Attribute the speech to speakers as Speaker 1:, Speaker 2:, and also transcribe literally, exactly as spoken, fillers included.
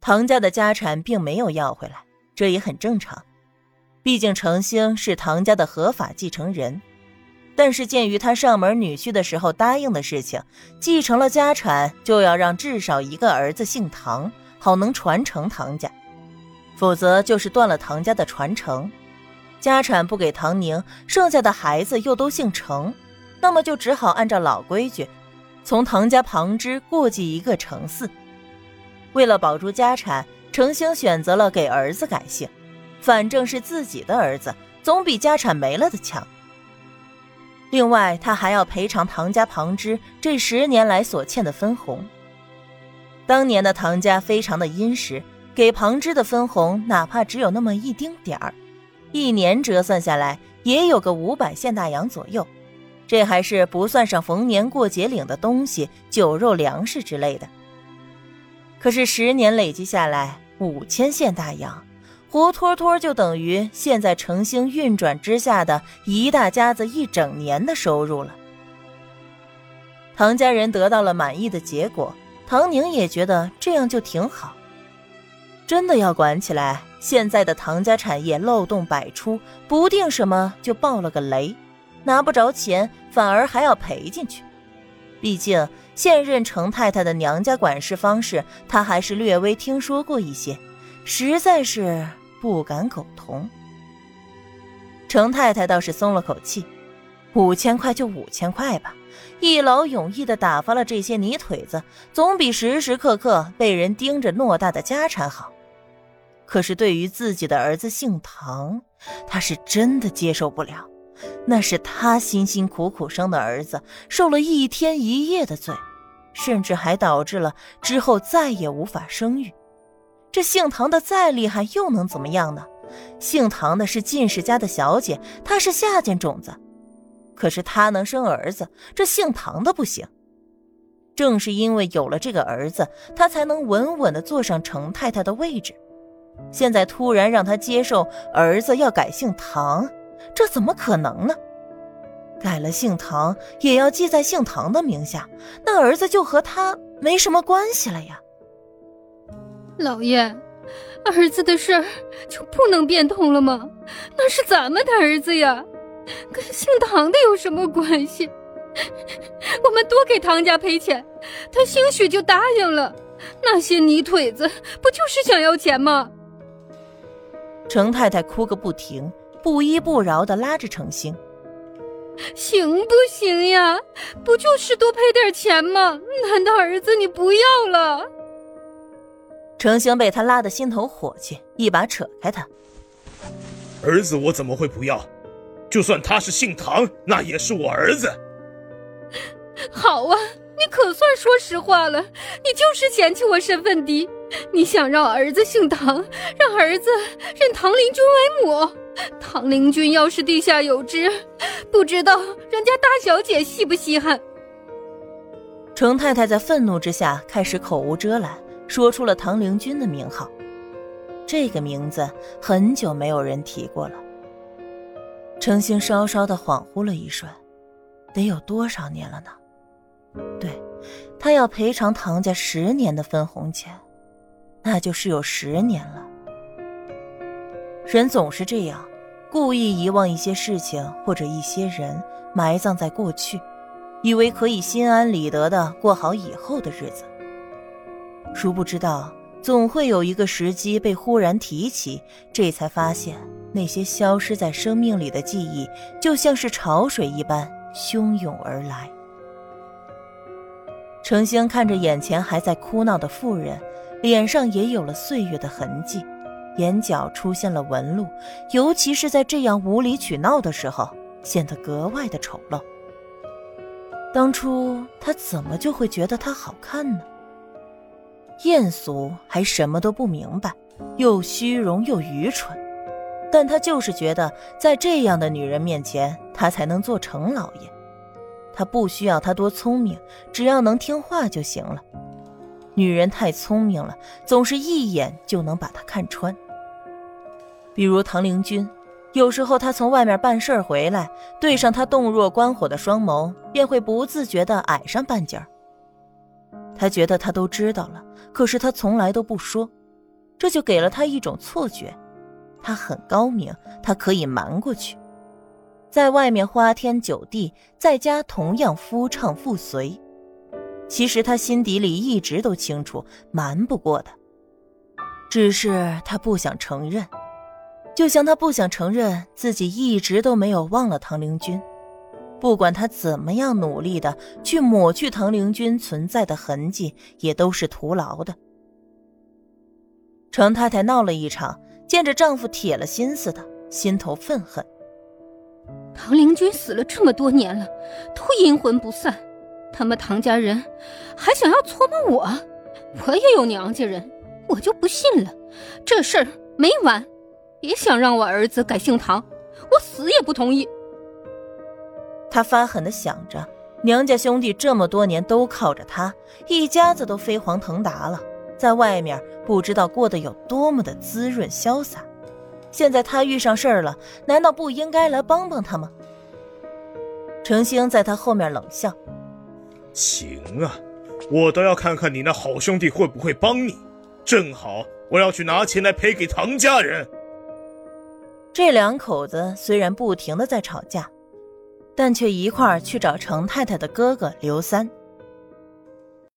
Speaker 1: 唐家的家产并没有要回来，这也很正常，毕竟程兴是唐家的合法继承人。但是鉴于他上门女婿的时候答应的事情，继承了家产就要让至少一个儿子姓唐，好能传承唐家，否则就是断了唐家的传承。家产不给唐宁，剩下的孩子又都姓程，那么就只好按照老规矩，从唐家旁支过继一个程嗣。为了保住家产，程兴选择了给儿子改姓，反正是自己的儿子，总比家产没了的强。另外，他还要赔偿唐家旁支这十年来所欠的分红。当年的唐家非常的殷实，给旁支的分红哪怕只有那么一丁点儿，一年折算下来也有个五百现大洋左右，这还是不算上逢年过节领的东西、酒肉粮食之类的。可是十年累积下来五千现大洋，活脱脱就等于现在程兴运转之下的一大家子一整年的收入了。唐家人得到了满意的结果，唐宁也觉得这样就挺好。真的要管起来，现在的唐家产业漏洞百出，不定什么就爆了个雷，拿不着钱反而还要赔进去。毕竟现任程太太的娘家管事方式他还是略微听说过一些，实在是不敢苟同。程太太倒是松了口气，五千块就五千块吧，一劳永逸地打发了这些泥腿子，总比时时刻刻被人盯着偌大的家产好。可是对于自己的儿子姓唐，他是真的接受不了，那是他辛辛苦苦生的儿子，受了一天一夜的罪，甚至还导致了之后再也无法生育。这姓唐的再厉害又能怎么样呢？姓唐的是进士家的小姐，她是下贱种子，可是她能生儿子，这姓唐的不行。正是因为有了这个儿子，她才能稳稳地坐上程太太的位置。现在突然让她接受儿子要改姓唐，这怎么可能呢？改了姓唐也要记在姓唐的名下，那儿子就和他没什么关系了呀。
Speaker 2: 老爷，儿子的事儿就不能变通了吗？那是咱们的儿子呀，跟姓唐的有什么关系？我们多给唐家赔钱，他兴许就答应了。那些泥腿子不就是想要钱吗？
Speaker 1: 程太太哭个不停，不依不饶地拉着程兴。
Speaker 2: 行不行呀？不就是多赔点钱吗？难道儿子你不要了？
Speaker 1: 程兴被他拉得心头火气，一把扯开他。
Speaker 3: 儿子我怎么会不要？就算他是姓唐，那也是我儿子。
Speaker 2: 好啊，你可算说实话了，你就是嫌弃我身份低，你想让儿子姓唐，让儿子认唐灵君为母。唐灵君要是地下有知，不知道人家大小姐稀不稀罕。
Speaker 1: 程太太在愤怒之下开始口无遮拦，说出了唐灵君的名号。这个名字很久没有人提过了。程兴稍稍地恍惚了一瞬，得有多少年了呢？对，他要赔偿唐家十年的分红钱，那就是有十年了。人总是这样，故意遗忘一些事情或者一些人，埋葬在过去，以为可以心安理得地过好以后的日子。殊不知道，总会有一个时机被忽然提起，这才发现那些消失在生命里的记忆，就像是潮水一般汹涌而来。程兴看着眼前还在哭闹的妇人，脸上也有了岁月的痕迹，眼角出现了纹路，尤其是在这样无理取闹的时候，显得格外的丑陋。当初他怎么就会觉得她好看呢？艳俗还什么都不明白，又虚荣又愚蠢，但他就是觉得在这样的女人面前，他才能做程老爷。他不需要她多聪明，只要能听话就行了。女人太聪明了，总是一眼就能把她看穿。比如唐灵君，有时候他从外面办事回来，对上他洞若观火的双眸，便会不自觉地矮上半截儿。他觉得他都知道了，可是他从来都不说， 这就给了他一种错觉，他很高明，他可以瞒过去。在外面花天酒地，在家同样夫唱妇随。其实他心底里一直都清楚，瞒不过的，只是他不想承认。就像他不想承认自己一直都没有忘了唐灵君，不管他怎么样努力的去抹去唐灵君存在的痕迹，也都是徒劳的。程太太闹了一场，见着丈夫铁了心思的，心头愤恨。
Speaker 2: 唐灵君死了这么多年了，都阴魂不散，他们唐家人还想要搓磨我，我也有娘家人，我就不信了，这事儿没完，别想让我儿子改姓唐，我死也不同意。
Speaker 1: 他发狠地想着，娘家兄弟这么多年都靠着他，一家子都飞黄腾达了，在外面不知道过得有多么的滋润潇洒。现在他遇上事儿了，难道不应该来帮帮他吗？程兴在他后面冷笑：
Speaker 3: 行啊，我倒要看看你那好兄弟会不会帮你，正好我要去拿钱来赔给唐家人。
Speaker 1: 这两口子虽然不停地在吵架，但却一块儿去找程太太的哥哥刘三。